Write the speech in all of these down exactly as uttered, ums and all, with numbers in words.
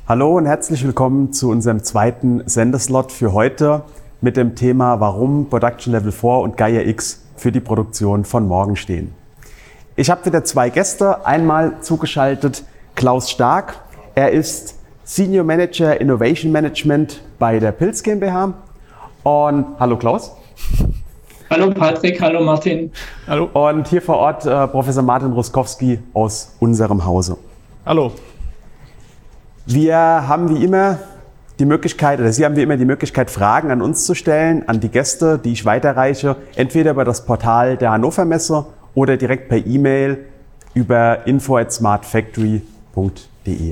Hallo und herzlich willkommen zu unserem zweiten Sendeslot für heute mit dem Thema, warum Production Level vier und Gaia X für die Produktion von morgen stehen. Ich habe wieder zwei Gäste, einmal zugeschaltet Klaus Stark. Er ist Senior Manager Innovation Management bei der Pilz GmbH. Und hallo Klaus. Hallo Patrick, hallo Martin. Hallo. Und hier vor Ort äh, Professor Martin Ruskowski aus unserem Hause. Hallo. Wir haben wie immer die Möglichkeit, oder Sie haben wie immer die Möglichkeit, Fragen an uns zu stellen, an die Gäste, die ich weiterreiche, entweder über das Portal der Hannover Messe oder direkt per E-Mail über info at smartfactory punkt de.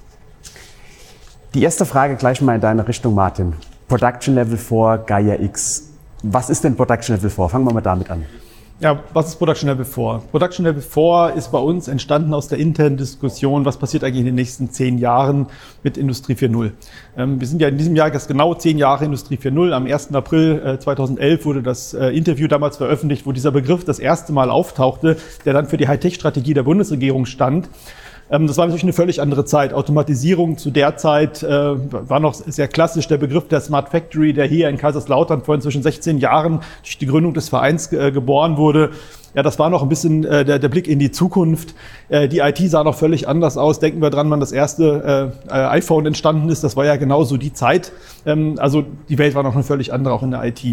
Die erste Frage gleich mal in deine Richtung, Martin. Production Level vier, Gaia X. Was ist denn Production Level vier? Fangen wir mal damit an. Ja, was ist Production Level vier? Production Level vier ist bei uns entstanden aus der internen Diskussion, was passiert eigentlich in den nächsten zehn Jahren mit Industrie vier Punkt null. Ähm, wir sind ja in diesem Jahr jetzt genau zehn Jahre Industrie vier Punkt null. Am ersten April äh, zweitausendelf wurde das äh, Interview damals veröffentlicht, wo dieser Begriff das erste Mal auftauchte, der dann für die Hightech-Strategie der Bundesregierung stand. Das war natürlich eine völlig andere Zeit. Automatisierung zu der Zeit äh, war noch sehr klassisch. Der Begriff der Smart Factory, der hier in Kaiserslautern vor inzwischen sechzehn Jahren durch die Gründung des Vereins äh, geboren wurde. Ja, das war noch ein bisschen äh, der, der Blick in die Zukunft. Äh, die I T sah noch völlig anders aus. Denken wir dran, wann das erste äh, iPhone entstanden ist. Das war ja genauso die Zeit. Ähm, also die Welt war noch eine völlig andere, auch in der I T.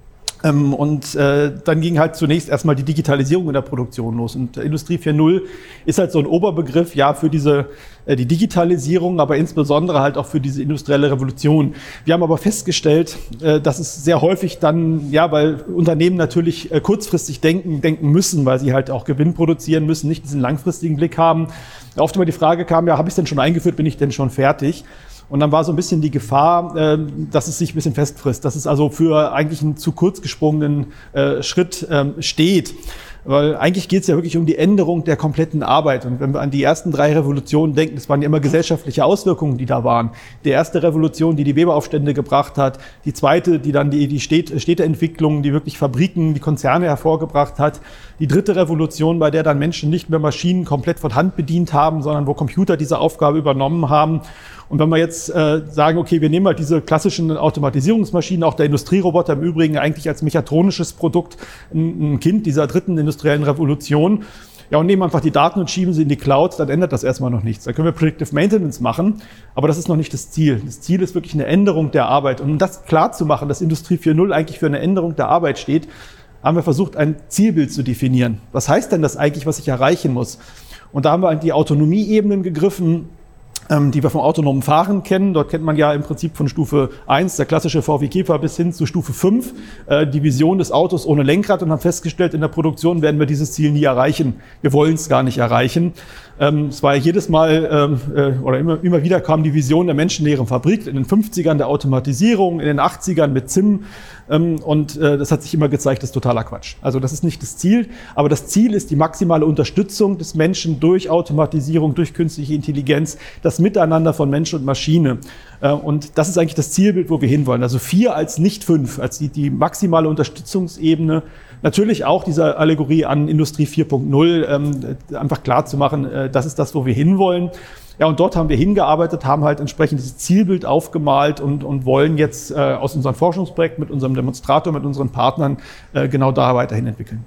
Ähm, und äh, dann ging halt zunächst erstmal die Digitalisierung in der Produktion los. Und Industrie vier Punkt null ist halt so ein Oberbegriff, ja, für diese äh, die Digitalisierung, aber insbesondere halt auch für diese industrielle Revolution. Wir haben aber festgestellt, äh, dass es sehr häufig dann, ja, weil Unternehmen natürlich äh, kurzfristig denken, denken müssen, weil sie halt auch Gewinn produzieren müssen, nicht diesen langfristigen Blick haben. Oft immer die Frage kam, ja, habe ich es denn schon eingeführt, bin ich denn schon fertig? Und dann war so ein bisschen die Gefahr, äh, dass es sich ein bisschen festfrisst, dass es also für eigentlich einen zu kurz gesprungenen äh, Schritt ähm, steht. Weil eigentlich geht es ja wirklich um die Änderung der kompletten Arbeit. Und wenn wir an die ersten drei Revolutionen denken, das waren ja immer gesellschaftliche Auswirkungen, die da waren. Die erste Revolution, die die Weberaufstände gebracht hat. Die zweite, die dann die, die Städteentwicklung, die wirklich Fabriken, die Konzerne hervorgebracht hat. Die dritte Revolution, bei der dann Menschen nicht mehr Maschinen komplett von Hand bedient haben, sondern wo Computer diese Aufgabe übernommen haben. Und wenn wir jetzt äh, sagen, okay, wir nehmen halt diese klassischen Automatisierungsmaschinen, auch der Industrieroboter im Übrigen eigentlich als mechatronisches Produkt, ein, ein Kind dieser dritten industriellen Revolution, ja, und nehmen einfach die Daten und schieben sie in die Cloud, dann ändert das erstmal noch nichts. Dann können wir Predictive Maintenance machen, aber das ist noch nicht das Ziel. Das Ziel ist wirklich eine Änderung der Arbeit. Und um das klar zu machen, dass Industrie vier Punkt null eigentlich für eine Änderung der Arbeit steht, haben wir versucht, ein Zielbild zu definieren. Was heißt denn das eigentlich, was ich erreichen muss? Und da haben wir die Autonomieebenen gegriffen, die wir vom autonomen Fahren kennen. Dort kennt man ja im Prinzip von Stufe eins, der klassische V W Käfer, bis hin zu Stufe fünf, äh, die Vision des Autos ohne Lenkrad, und haben festgestellt, in der Produktion werden wir dieses Ziel nie erreichen. Wir wollen es gar nicht erreichen. Ähm, es war ja jedes Mal, ähm, äh, oder immer, immer wieder kam die Vision der menschenleeren Fabrik, in den fünfzigern der Automatisierung, in den achtzigern mit Z I M. Ähm, und äh, das hat sich immer gezeigt, das ist totaler Quatsch. Also das ist nicht das Ziel, aber das Ziel ist die maximale Unterstützung des Menschen durch Automatisierung, durch künstliche Intelligenz, das Miteinander von Mensch und Maschine. Äh, und das ist eigentlich das Zielbild, wo wir hinwollen. Also vier als nicht fünf, als die, die maximale Unterstützungsebene. Natürlich auch diese Allegorie an Industrie vier Punkt null, ähm, einfach klar zu machen, äh, das ist das, wo wir hinwollen. Ja, und dort haben wir hingearbeitet, haben halt entsprechend dieses Zielbild aufgemalt und, und wollen jetzt äh, aus unserem Forschungsprojekt mit unserem Demonstrator, mit unseren Partnern äh, genau da weiterhin entwickeln.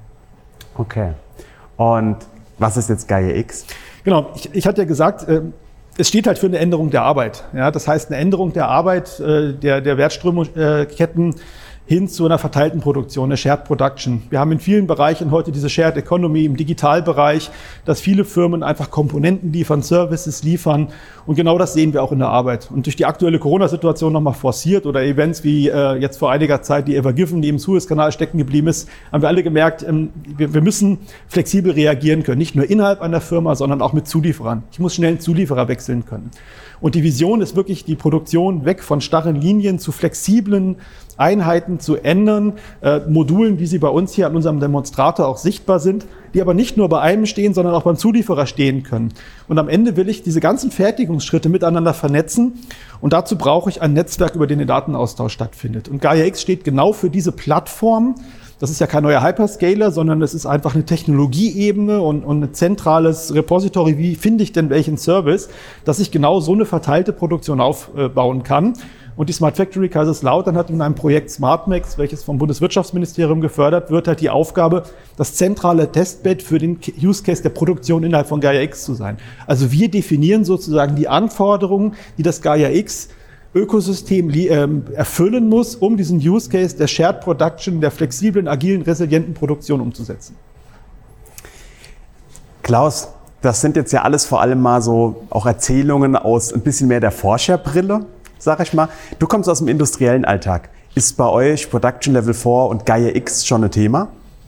Okay. Und was ist jetzt Gaia X? Genau, ich, ich hatte ja gesagt, äh, es steht halt für eine Änderung der Arbeit. Ja, das heißt, eine Änderung der Arbeit, äh, der, der Wertströmketten, hin zu einer verteilten Produktion, eine Shared Production. Wir haben in vielen Bereichen heute diese Shared Economy im Digitalbereich, dass viele Firmen einfach Komponenten liefern, Services liefern, und genau das sehen wir auch in der Arbeit. Und durch die aktuelle Corona-Situation nochmal forciert oder Events wie äh, jetzt vor einiger Zeit die Evergiven, die im Suezkanal stecken geblieben ist, haben wir alle gemerkt, ähm, wir, wir müssen flexibel reagieren können, nicht nur innerhalb einer Firma, sondern auch mit Zulieferern. Ich muss schnell einen Zulieferer wechseln können. Und die Vision ist wirklich, die Produktion weg von starren Linien zu flexiblen Einheiten zu ändern, äh, Modulen, wie sie bei uns hier an unserem Demonstrator auch sichtbar sind, die aber nicht nur bei einem stehen, sondern auch beim Zulieferer stehen können. Und am Ende will ich diese ganzen Fertigungsschritte miteinander vernetzen, und dazu brauche ich ein Netzwerk, über den der Datenaustausch stattfindet. Und Gaia X steht genau für diese Plattform, Das ist ja kein neuer Hyperscaler, sondern das ist einfach eine Technologieebene und, und ein zentrales Repository. Wie finde ich denn welchen Service, dass ich genau so eine verteilte Produktion aufbauen kann? Und die Smart Factory Kaiserslautern hat in einem Projekt SmartMax, welches vom Bundeswirtschaftsministerium gefördert wird, halt die Aufgabe, das zentrale Testbed für den Use Case der Produktion innerhalb von Gaia X zu sein. Also wir definieren sozusagen die Anforderungen, die das Gaia X Ökosystem ähm, erfüllen muss, um diesen Use Case der Shared Production, der flexiblen, agilen, resilienten Produktion umzusetzen. Klaus, das sind jetzt ja alles vor allem mal so auch Erzählungen aus ein bisschen mehr der Forscherbrille, sag ich mal. Du kommst aus dem industriellen Alltag. Ist bei euch Production Level vier und Gaia X schon ein Thema?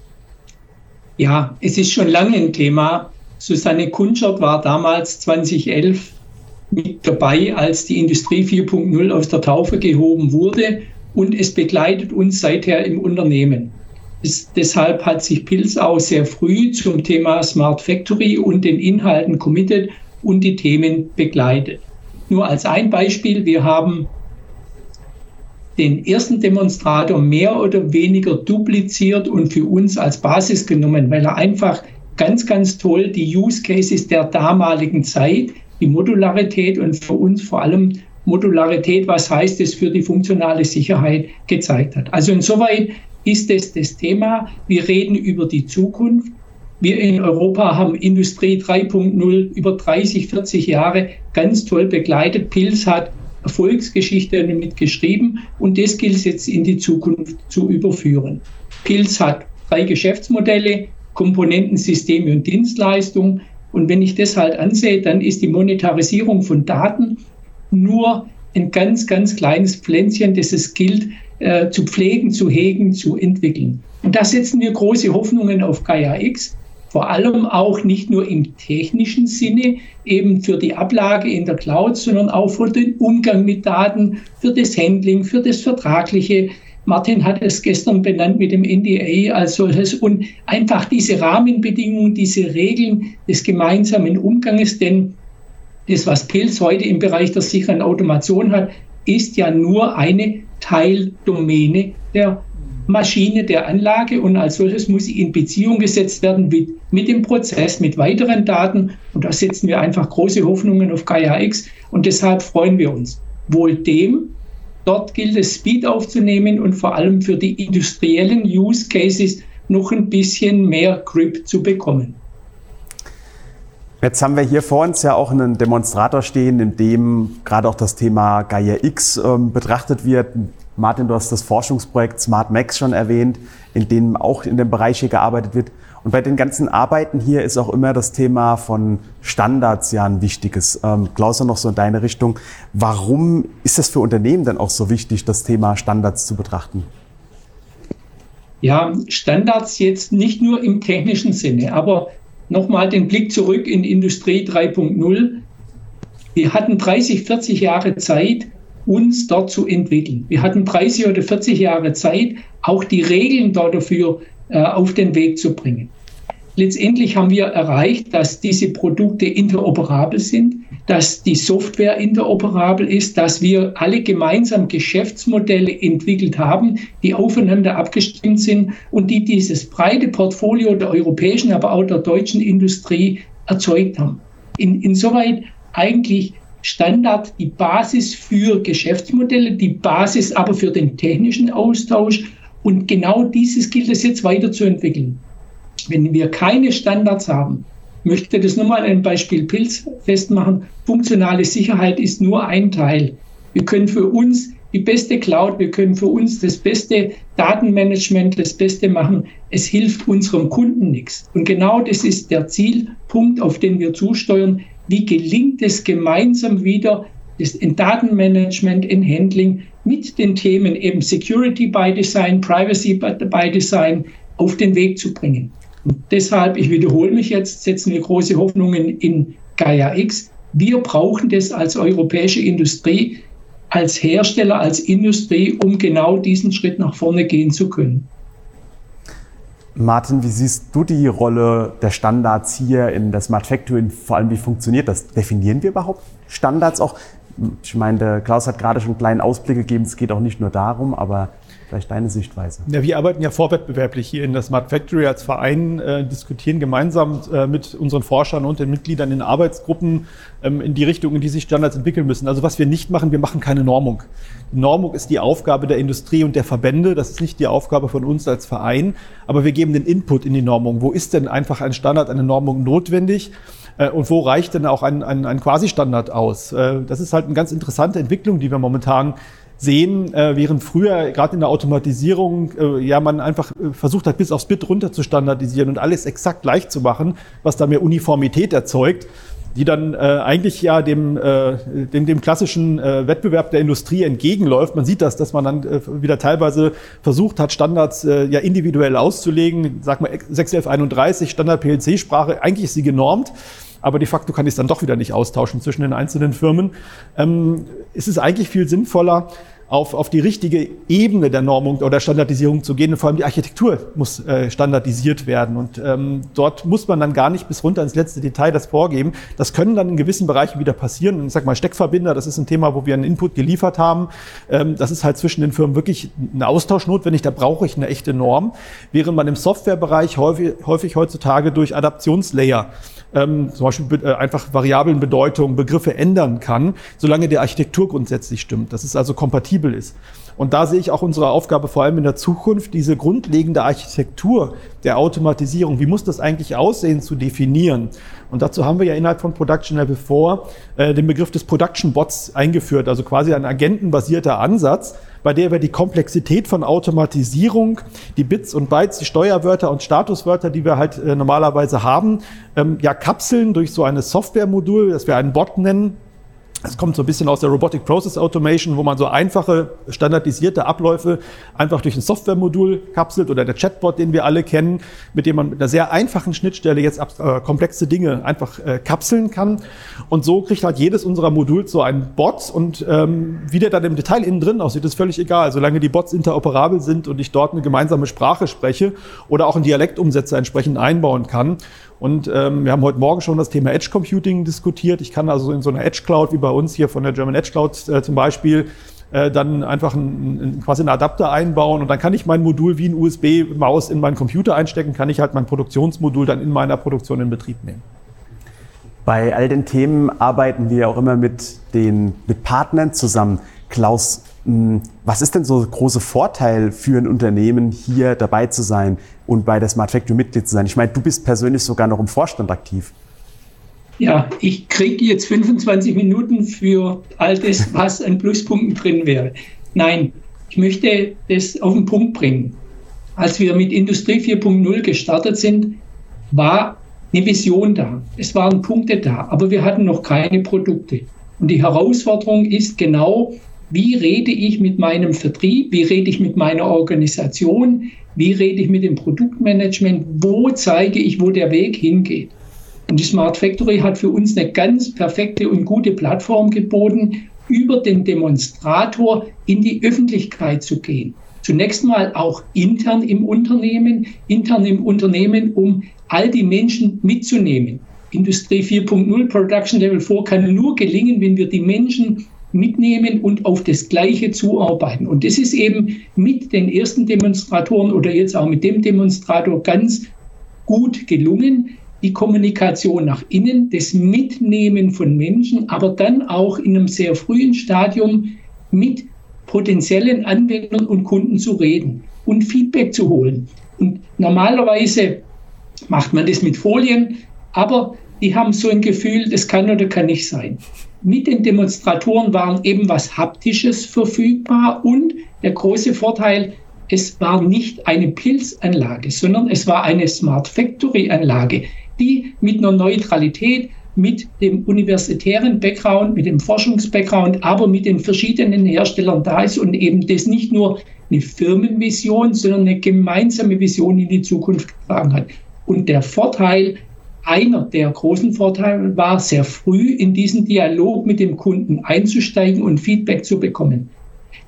Ja, es ist schon lange ein Thema. Susanne Kunschert war damals zweitausendelf mit dabei, als die Industrie vier Punkt null aus der Taufe gehoben wurde, und es begleitet uns seither im Unternehmen. Es, deshalb hat sich Pils auch sehr früh zum Thema Smart Factory und den Inhalten committed und die Themen begleitet. Nur als ein Beispiel: Wir haben den ersten Demonstrator mehr oder weniger dupliziert und für uns als Basis genommen, weil er einfach ganz, ganz toll die Use Cases der damaligen Zeit, die Modularität und für uns vor allem Modularität, was heißt es für die funktionale Sicherheit, gezeigt hat. Also insoweit ist es das Thema. Wir reden über die Zukunft. Wir in Europa haben Industrie drei Punkt null über dreißig, vierzig Jahre ganz toll begleitet. Pils hat Erfolgsgeschichte damit geschrieben und das gilt es jetzt in die Zukunft zu überführen. Pils hat drei Geschäftsmodelle: Komponenten, Systeme und Dienstleistungen. Und wenn ich das halt ansehe, dann ist die Monetarisierung von Daten nur ein ganz, ganz kleines Pflänzchen, das es gilt äh, zu pflegen, zu hegen, zu entwickeln. Und da setzen wir große Hoffnungen auf Gaia X, vor allem auch nicht nur im technischen Sinne, eben für die Ablage in der Cloud, sondern auch für den Umgang mit Daten, für das Handling, für das Vertragliche. Martin hat es gestern benannt mit dem N D A als solches, und einfach diese Rahmenbedingungen, diese Regeln des gemeinsamen Umganges, denn das, was Pils heute im Bereich der sicheren Automation hat, ist ja nur eine Teildomäne der Maschine, der Anlage, und als solches muss sie in Beziehung gesetzt werden mit, mit dem Prozess, mit weiteren Daten, und da setzen wir einfach große Hoffnungen auf Gaia X und deshalb freuen wir uns. Wohl dem, dort gilt es, Speed aufzunehmen und vor allem für die industriellen Use Cases noch ein bisschen mehr Grip zu bekommen. Jetzt haben wir hier vor uns ja auch einen Demonstrator stehen, in dem gerade auch das Thema Gaia X ähm, betrachtet wird. Martin, du hast das Forschungsprojekt SmartMax schon erwähnt, in dem auch in dem Bereich hier gearbeitet wird. Und bei den ganzen Arbeiten hier ist auch immer das Thema von Standards ja ein wichtiges. Ähm, Klaus, noch so in deine Richtung. Warum ist das für Unternehmen denn auch so wichtig, das Thema Standards zu betrachten? Ja, Standards jetzt nicht nur im technischen Sinne, aber nochmal den Blick zurück in Industrie drei Punkt null. Wir hatten dreißig, vierzig Jahre Zeit, uns dort zu entwickeln. Wir hatten dreißig oder vierzig Jahre Zeit, auch die Regeln dort dafür äh, auf den Weg zu bringen. Letztendlich haben wir erreicht, dass diese Produkte interoperabel sind, dass die Software interoperabel ist, dass wir alle gemeinsam Geschäftsmodelle entwickelt haben, die aufeinander abgestimmt sind und die dieses breite Portfolio der europäischen, aber auch der deutschen Industrie erzeugt haben. In, insoweit eigentlich Standard die Basis für Geschäftsmodelle, die Basis aber für den technischen Austausch, und genau dieses gilt es jetzt weiterzuentwickeln. Wenn wir keine Standards haben, möchte das nur mal ein Beispiel Pils festmachen. Funktionale Sicherheit ist nur ein Teil. Wir können für uns die beste Cloud, wir können für uns das beste Datenmanagement, das Beste machen. Es hilft unserem Kunden nichts. Und genau das ist der Zielpunkt, auf den wir zusteuern. Wie gelingt es gemeinsam wieder, das in Datenmanagement, in Handling mit den Themen eben Security by Design, Privacy by Design auf den Weg zu bringen? Und deshalb, ich wiederhole mich jetzt, setzen wir große Hoffnungen in Gaia X. Wir brauchen das als europäische Industrie, als Hersteller, als Industrie, um genau diesen Schritt nach vorne gehen zu können. Martin, wie siehst du die Rolle der Standards hier in der Smart Factory? Vor allem, wie funktioniert das? Definieren wir überhaupt Standards auch? Ich meine, der Klaus hat gerade schon einen kleinen Ausblick gegeben, es geht auch nicht nur darum, aber vielleicht deine Sichtweise. Ja, wir arbeiten ja vorwettbewerblich hier in der Smart Factory als Verein, äh, diskutieren gemeinsam äh, mit unseren Forschern und den Mitgliedern in Arbeitsgruppen ähm, in die Richtung, in die sich Standards entwickeln müssen. Also was wir nicht machen, wir machen keine Normung. Die Normung ist die Aufgabe der Industrie und der Verbände, das ist nicht die Aufgabe von uns als Verein, aber wir geben den Input in die Normung. Wo ist denn einfach ein Standard, eine Normung notwendig? Und wo reicht denn auch ein, ein, ein Quasi-Standard aus? Das ist halt eine ganz interessante Entwicklung, die wir momentan sehen, während früher gerade in der Automatisierung ja man einfach versucht hat, bis aufs Bit runter zu standardisieren und alles exakt gleich zu machen, was da mehr Uniformität erzeugt, die dann äh, eigentlich ja dem, äh, dem, dem klassischen äh, Wettbewerb der Industrie entgegenläuft. Man sieht das, dass man dann äh, wieder teilweise versucht hat, Standards äh, ja individuell auszulegen. Sag mal sechs elf einunddreißig, Standard-P L C-Sprache, eigentlich ist sie genormt, aber de facto kann ich es dann doch wieder nicht austauschen zwischen den einzelnen Firmen. Ähm, es ist eigentlich viel sinnvoller, Auf, auf die richtige Ebene der Normung oder Standardisierung zu gehen. Und vor allem die Architektur muss äh, standardisiert werden. Und ähm, dort muss man dann gar nicht bis runter ins letzte Detail das vorgeben. Das können dann in gewissen Bereichen wieder passieren. Und ich sag mal, Steckverbinder, das ist ein Thema, wo wir einen Input geliefert haben. Ähm, das ist halt zwischen den Firmen wirklich ein Austausch notwendig. Da brauche ich eine echte Norm. Während man im Softwarebereich häufig, häufig heutzutage durch Adaptionslayer Ähm, zum Beispiel äh, einfach Variablenbedeutung, Begriffe ändern kann, solange die Architektur grundsätzlich stimmt, dass es also kompatibel ist. Und da sehe ich auch unsere Aufgabe vor allem in der Zukunft, diese grundlegende Architektur der Automatisierung, wie muss das eigentlich aussehen, zu definieren. Und dazu haben wir ja innerhalb von Production Level vier äh, den Begriff des Production Bots eingeführt, also quasi ein agentenbasierter Ansatz, bei der wir die Komplexität von Automatisierung, die Bits und Bytes, die Steuerwörter und Statuswörter, die wir halt äh, normalerweise haben, ähm, ja kapseln durch so ein Softwaremodul, das wir einen Bot nennen. Es kommt so ein bisschen aus der Robotic Process Automation, wo man so einfache, standardisierte Abläufe einfach durch ein Softwaremodul kapselt oder der Chatbot, den wir alle kennen, mit dem man mit einer sehr einfachen Schnittstelle jetzt äh, komplexe Dinge einfach äh, kapseln kann. Und so kriegt halt jedes unserer Moduls so einen Bot und ähm, wie der dann im Detail innen drin aussieht, ist völlig egal, solange die Bots interoperabel sind und ich dort eine gemeinsame Sprache spreche oder auch einen Dialektumsetzer entsprechend einbauen kann. Und ähm, wir haben heute Morgen schon das Thema Edge Computing diskutiert. Ich kann also in so einer Edge Cloud wie bei uns hier von der German Edge Cloud äh, zum Beispiel äh, dann einfach ein, ein, quasi einen Adapter einbauen und dann kann ich mein Modul wie ein U S B-Maus in meinen Computer einstecken, kann ich halt mein Produktionsmodul dann in meiner Produktion in Betrieb nehmen. Bei all den Themen arbeiten wir auch immer mit den mit Partnern zusammen. Klaus, was ist denn so der große Vorteil für ein Unternehmen, hier dabei zu sein und bei der Smart Factory Mitglied zu sein? Ich meine, du bist persönlich sogar noch im Vorstand aktiv. Ja, ich kriege jetzt fünfundzwanzig Minuten für all das, was an Pluspunkten drin wäre. Nein, ich möchte das auf den Punkt bringen. Als wir mit Industrie vier Punkt null gestartet sind, war eine Vision da. Es waren Punkte da, aber wir hatten noch keine Produkte. Und die Herausforderung ist genau, wie rede ich mit meinem Vertrieb, wie rede ich mit meiner Organisation, wie rede ich mit dem Produktmanagement, wo zeige ich, wo der Weg hingeht. Und die Smart Factory hat für uns eine ganz perfekte und gute Plattform geboten, über den Demonstrator in die Öffentlichkeit zu gehen. Zunächst mal auch intern im Unternehmen, intern im Unternehmen, um all die Menschen mitzunehmen. Industrie vier Punkt null, Production Level vier kann nur gelingen, wenn wir die Menschen mitnehmen und auf das Gleiche zuarbeiten. Und das ist eben mit den ersten Demonstratoren oder jetzt auch mit dem Demonstrator ganz gut gelungen. Die Kommunikation nach innen, das Mitnehmen von Menschen, aber dann auch in einem sehr frühen Stadium mit potenziellen Anwendern und Kunden zu reden und Feedback zu holen. Und normalerweise macht man das mit Folien, aber die haben so ein Gefühl, das kann oder kann nicht sein. Mit den Demonstratoren waren eben was Haptisches verfügbar und der große Vorteil, es war nicht eine Pilzanlage, sondern es war eine Smart Factory Anlage, die mit einer Neutralität, mit dem universitären Background, mit dem Forschungsbackground, aber mit den verschiedenen Herstellern da ist und eben das nicht nur eine Firmenvision, sondern eine gemeinsame Vision in die Zukunft getragen hat. Und der Vorteil, einer der großen Vorteile war, sehr früh in diesen Dialog mit dem Kunden einzusteigen und Feedback zu bekommen.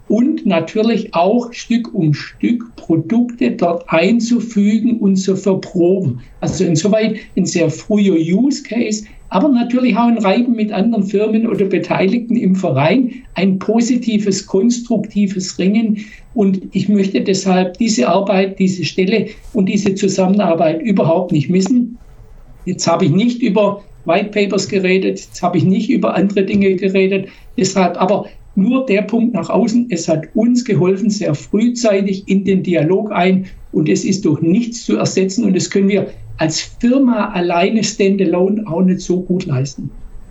und natürlich auch Stück um Stück Produkte dort einzufügen und zu verproben. Also insoweit ein sehr früher Use Case, aber natürlich auch ein Reiben mit anderen Firmen oder Beteiligten im Verein, ein positives, konstruktives Ringen. Und ich möchte deshalb diese Arbeit, diese Stelle und diese Zusammenarbeit überhaupt nicht missen. Jetzt habe ich nicht über White Papers geredet, jetzt habe ich nicht über andere Dinge geredet. Deshalb aber nur der Punkt nach außen, es hat uns geholfen, sehr frühzeitig in den Dialog ein, und es ist durch nichts zu ersetzen, und das können wir als Firma alleine standalone auch nicht so gut leisten.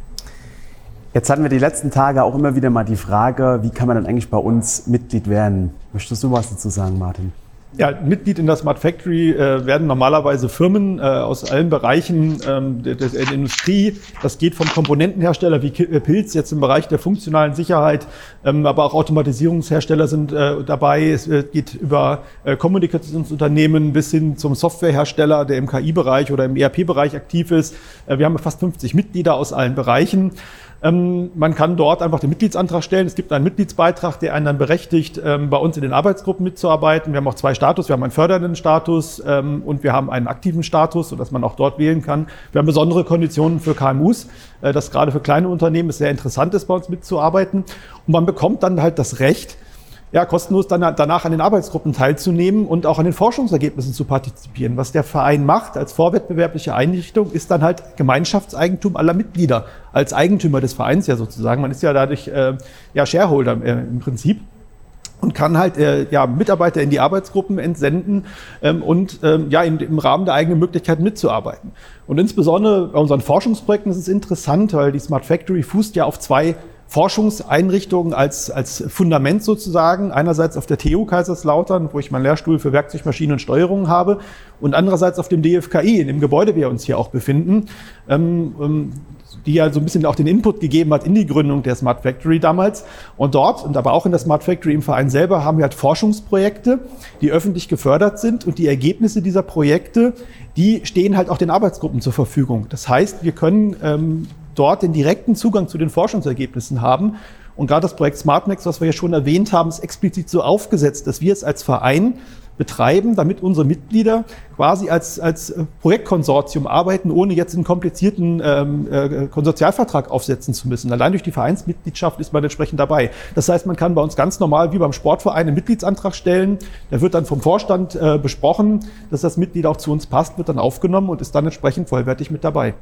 Jetzt hatten wir die letzten Tage auch immer wieder mal die Frage, wie kann man denn eigentlich bei uns Mitglied werden? Möchtest du was dazu sagen, Martin? Ja, Mitglied in der Smart Factory äh, werden normalerweise Firmen äh, aus allen Bereichen ähm, der, der Industrie. Das geht vom Komponentenhersteller wie Pilz, jetzt im Bereich der funktionalen Sicherheit, ähm, aber auch Automatisierungshersteller sind äh, dabei. Es äh, geht über äh, Kommunikationsunternehmen bis hin zum Softwarehersteller, der im K I-Bereich oder im E R P-Bereich aktiv ist. Äh, wir haben fast fünfzig Mitglieder aus allen Bereichen. Ähm, man kann dort einfach den Mitgliedsantrag stellen. Es gibt einen Mitgliedsbeitrag, der einen dann berechtigt, ähm, bei uns in den Arbeitsgruppen mitzuarbeiten. Wir haben auch zwei Status. Wir haben einen fördernden Status ähm, und wir haben einen aktiven Status, sodass man auch dort wählen kann. Wir haben besondere Konditionen für K M Us, äh, das gerade für kleine Unternehmen es sehr interessant ist, bei uns mitzuarbeiten. Und man bekommt dann halt das Recht, ja, kostenlos dann danach an den Arbeitsgruppen teilzunehmen und auch an den Forschungsergebnissen zu partizipieren. Was der Verein macht als vorwettbewerbliche Einrichtung, ist dann halt Gemeinschaftseigentum aller Mitglieder, als Eigentümer des Vereins ja sozusagen. Man ist ja dadurch äh, ja Shareholder äh, im Prinzip und kann halt äh, ja Mitarbeiter in die Arbeitsgruppen entsenden ähm, und ähm, ja in, im Rahmen der eigenen Möglichkeiten mitzuarbeiten. Und insbesondere bei unseren Forschungsprojekten ist es interessant, weil die Smart Factory fußt ja auf zwei Forschungseinrichtungen als, als Fundament sozusagen. Einerseits auf der T U Kaiserslautern, wo ich meinen Lehrstuhl für Werkzeugmaschinen und Steuerung habe, und andererseits auf dem D F K I, in dem Gebäude wir uns hier auch befinden, ähm, ähm, die ja so ein bisschen auch den Input gegeben hat in die Gründung der Smart Factory damals. Und dort, und aber auch in der Smart Factory im Verein selber, haben wir halt Forschungsprojekte, die öffentlich gefördert sind, und die Ergebnisse dieser Projekte, die stehen halt auch den Arbeitsgruppen zur Verfügung. Das heißt, wir können ähm, dort den direkten Zugang zu den Forschungsergebnissen haben. Und gerade das Projekt SmartNext, was wir ja schon erwähnt haben, ist explizit so aufgesetzt, dass wir es als Verein betreiben, damit unsere Mitglieder quasi als, als Projektkonsortium arbeiten, ohne jetzt einen komplizierten ähm, äh, Konsortialvertrag aufsetzen zu müssen. Allein durch die Vereinsmitgliedschaft ist man entsprechend dabei. Das heißt, man kann bei uns ganz normal wie beim Sportverein einen Mitgliedsantrag stellen. Der wird dann vom Vorstand äh, besprochen, dass das Mitglied auch zu uns passt, wird dann aufgenommen und ist dann entsprechend vollwertig mit dabei.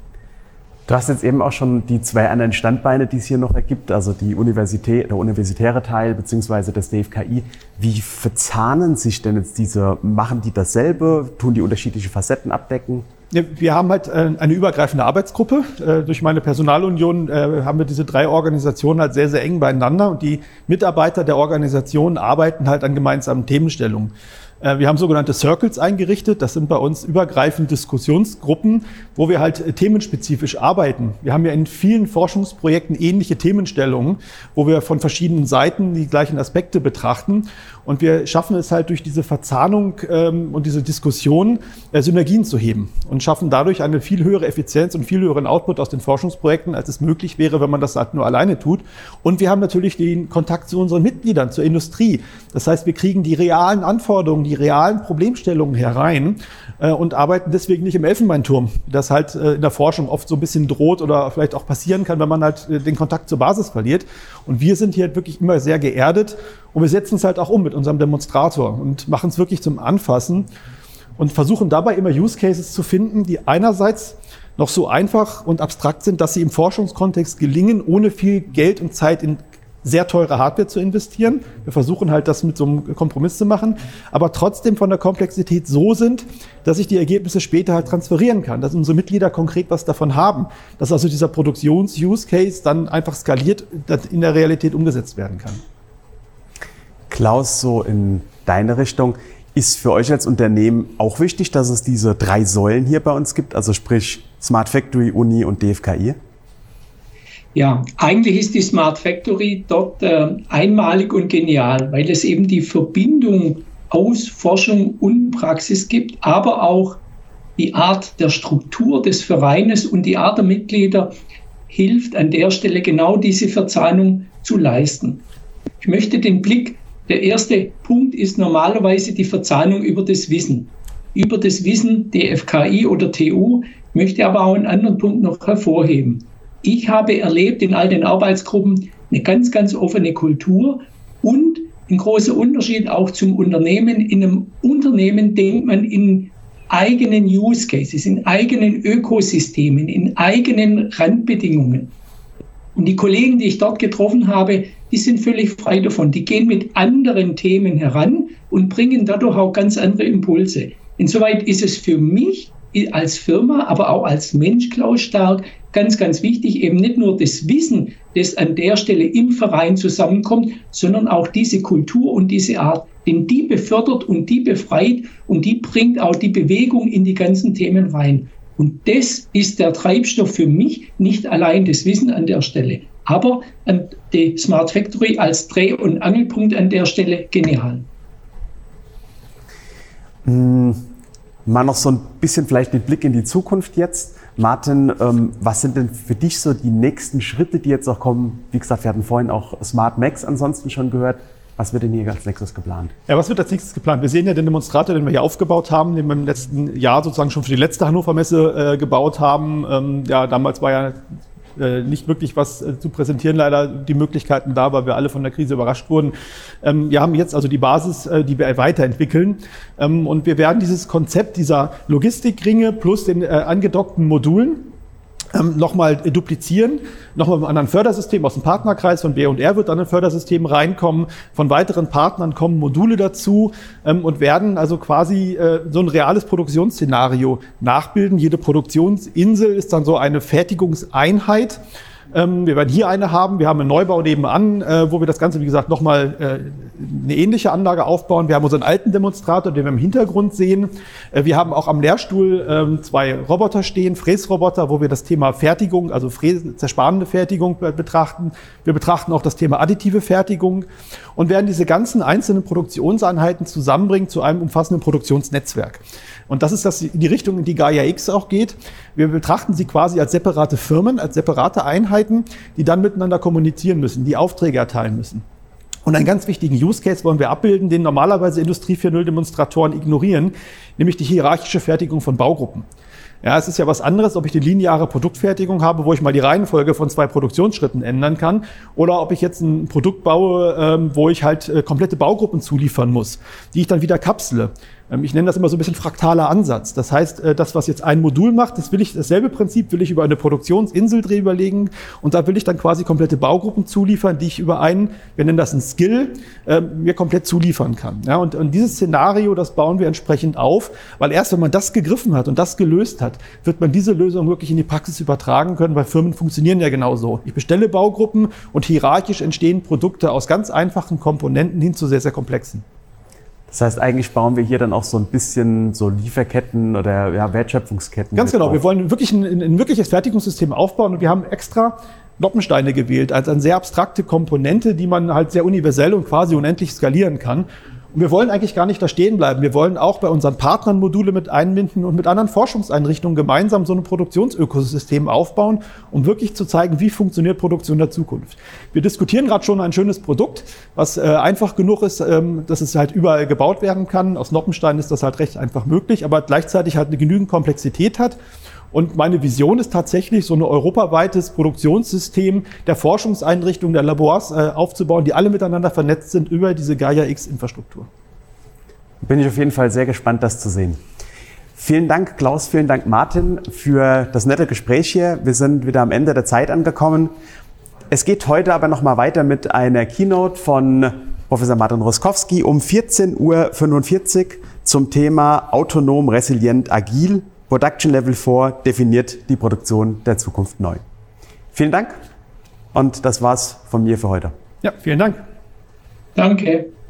Du hast jetzt eben auch schon die zwei anderen Standbeine, die es hier noch ergibt, also die Universität, der universitäre Teil beziehungsweise das D F K I. Wie verzahnen sich denn jetzt diese, machen die dasselbe, tun die unterschiedliche Facetten abdecken? Wir haben halt eine übergreifende Arbeitsgruppe. Durch meine Personalunion haben wir diese drei Organisationen halt sehr, sehr eng beieinander, und die Mitarbeiter der Organisationen arbeiten halt an gemeinsamen Themenstellungen. Wir haben sogenannte Circles eingerichtet. Das sind bei uns übergreifende Diskussionsgruppen, wo wir halt themenspezifisch arbeiten. Wir haben ja in vielen Forschungsprojekten ähnliche Themenstellungen, wo wir von verschiedenen Seiten die gleichen Aspekte betrachten. Und wir schaffen es halt durch diese Verzahnung ähm, und diese Diskussion äh, Synergien zu heben und schaffen dadurch eine viel höhere Effizienz und viel höheren Output aus den Forschungsprojekten, als es möglich wäre, wenn man das halt nur alleine tut. Und wir haben natürlich den Kontakt zu unseren Mitgliedern, zur Industrie. Das heißt, wir kriegen die realen Anforderungen, die realen Problemstellungen herein äh, und arbeiten deswegen nicht im Elfenbeinturm, wie das halt äh, in der Forschung oft so ein bisschen droht oder vielleicht auch passieren kann, wenn man halt äh, den Kontakt zur Basis verliert. Und wir sind hier halt wirklich immer sehr geerdet, und wir setzen es halt auch um mit unserem Demonstrator und machen es wirklich zum Anfassen und versuchen dabei immer Use Cases zu finden, die einerseits noch so einfach und abstrakt sind, dass sie im Forschungskontext gelingen, ohne viel Geld und Zeit in sehr teure Hardware zu investieren. Wir versuchen halt, das mit so einem Kompromiss zu machen, aber trotzdem von der Komplexität so sind, dass ich die Ergebnisse später halt transferieren kann, dass unsere Mitglieder konkret was davon haben, dass also dieser Produktions-Use-Case dann einfach skaliert in der Realität umgesetzt werden kann. Klaus, so in deine Richtung, ist für euch als Unternehmen auch wichtig, dass es diese drei Säulen hier bei uns gibt, also sprich Smart Factory, Uni und D F K I? Ja, eigentlich ist die Smart Factory dort äh, einmalig und genial, weil es eben die Verbindung aus Forschung und Praxis gibt, aber auch die Art der Struktur des Vereines und die Art der Mitglieder hilft an der Stelle genau diese Verzahnung zu leisten. Ich möchte den Blick, der erste Punkt ist normalerweise die Verzahnung über das Wissen. Über das Wissen D F K I oder T U, möchte aber auch einen anderen Punkt noch hervorheben. Ich habe erlebt in all den Arbeitsgruppen eine ganz, ganz offene Kultur und ein großer Unterschied auch zum Unternehmen. In einem Unternehmen denkt man in eigenen Use Cases, in eigenen Ökosystemen, in eigenen Randbedingungen. Und die Kollegen, die ich dort getroffen habe, die sind völlig frei davon. Die gehen mit anderen Themen heran und bringen dadurch auch ganz andere Impulse. Insoweit ist es für mich als Firma, aber auch als Mensch, Klaus Stark, ganz, ganz wichtig, eben nicht nur das Wissen, das an der Stelle im Verein zusammenkommt, sondern auch diese Kultur und diese Art, denn die befördert und die befreit und die bringt auch die Bewegung in die ganzen Themen rein. Und das ist der Treibstoff für mich, nicht allein das Wissen an der Stelle, aber an die Smart Factory als Dreh- und Angelpunkt an der Stelle genial. Mm, mal noch so ein bisschen vielleicht den Blick in die Zukunft jetzt. Martin, ähm, was sind denn für dich so die nächsten Schritte, die jetzt auch kommen? Wie gesagt, wir hatten vorhin auch Smart Max ansonsten schon gehört. Was wird denn hier als nächstes geplant? Ja, was wird als nächstes geplant? Wir sehen ja den Demonstrator, den wir hier aufgebaut haben, den wir im letzten Jahr sozusagen schon für die letzte Hannover Messe äh, gebaut haben. Ähm, ja, damals war ja äh, nicht wirklich was äh, zu präsentieren, leider die Möglichkeiten da, weil wir alle von der Krise überrascht wurden. Ähm, wir haben jetzt also die Basis, äh, die wir weiterentwickeln. Ähm, und wir werden dieses Konzept dieser Logistikringe plus den äh, angedockten Modulen Ähm, nochmal duplizieren, nochmal mit einem anderen Fördersystem aus dem Partnerkreis von B und R wird dann ein Fördersystem reinkommen, von weiteren Partnern kommen Module dazu ähm, und werden also quasi äh, so ein reales Produktionsszenario nachbilden. Jede Produktionsinsel ist dann so eine Fertigungseinheit. Ähm, wir werden hier eine haben, wir haben einen Neubau nebenan, äh, wo wir das Ganze, wie gesagt, nochmal äh, eine ähnliche Anlage aufbauen. Wir haben unseren alten Demonstrator, den wir im Hintergrund sehen. Äh, wir haben auch am Lehrstuhl äh, zwei Roboter stehen, Fräsroboter, wo wir das Thema Fertigung, also Fräs- zersparende Fertigung be- betrachten. Wir betrachten auch das Thema additive Fertigung und werden diese ganzen einzelnen Produktionseinheiten zusammenbringen zu einem umfassenden Produktionsnetzwerk. Und das ist das, die Richtung, in die Gaia X auch geht. Wir betrachten sie quasi als separate Firmen, als separate Einheiten, die dann miteinander kommunizieren müssen, die Aufträge erteilen müssen. Und einen ganz wichtigen Use Case wollen wir abbilden, den normalerweise Industrie vier Punkt null Demonstratoren ignorieren, nämlich die hierarchische Fertigung von Baugruppen. Ja, es ist ja was anderes, ob ich die lineare Produktfertigung habe, wo ich mal die Reihenfolge von zwei Produktionsschritten ändern kann, oder ob ich jetzt ein Produkt baue, ähm, wo ich halt äh, komplette Baugruppen zuliefern muss, die ich dann wieder kapsele. Ähm, ich nenne das immer so ein bisschen fraktaler Ansatz. Das heißt, äh, das, was jetzt ein Modul macht, das will ich, dasselbe Prinzip will ich über eine Produktionsinsel drüber legen und da will ich dann quasi komplette Baugruppen zuliefern, die ich über einen, wir nennen das ein Skill, äh, mir komplett zuliefern kann. Ja, und, und dieses Szenario, das bauen wir entsprechend auf, weil erst wenn man das gegriffen hat und das gelöst hat, wird man diese Lösung wirklich in die Praxis übertragen können, weil Firmen funktionieren ja genauso. Ich bestelle Baugruppen und hierarchisch entstehen Produkte aus ganz einfachen Komponenten hin zu sehr, sehr komplexen. Das heißt, eigentlich bauen wir hier dann auch so ein bisschen so Lieferketten oder ja, Wertschöpfungsketten. Ganz genau. auf. Wir wollen wirklich ein, ein wirkliches Fertigungssystem aufbauen und wir haben extra Noppensteine gewählt als eine sehr abstrakte Komponente, die man halt sehr universell und quasi unendlich skalieren kann. Und wir wollen eigentlich gar nicht da stehen bleiben. Wir wollen auch bei unseren Partnern Module mit einbinden und mit anderen Forschungseinrichtungen gemeinsam so ein Produktionsökosystem aufbauen, um wirklich zu zeigen, wie funktioniert Produktion der Zukunft. Wir diskutieren gerade schon ein schönes Produkt, was äh, einfach genug ist, ähm, dass es halt überall gebaut werden kann. Aus Noppenstein ist das halt recht einfach möglich, aber gleichzeitig halt eine genügend Komplexität hat. Und meine Vision ist tatsächlich, so ein europaweites Produktionssystem der Forschungseinrichtungen, der Labors äh, aufzubauen, die alle miteinander vernetzt sind über diese Gaia X-Infrastruktur. Bin ich auf jeden Fall sehr gespannt, das zu sehen. Vielen Dank, Klaus, vielen Dank, Martin, für das nette Gespräch hier. Wir sind wieder am Ende der Zeit angekommen. Es geht heute aber noch mal weiter mit einer Keynote von Professor Martin Roskowski um vierzehn Uhr fünfundvierzig zum Thema autonom, resilient, agil. Production Level vier definiert die Produktion der Zukunft neu. Vielen Dank und das war's von mir für heute. Ja, vielen Dank. Danke.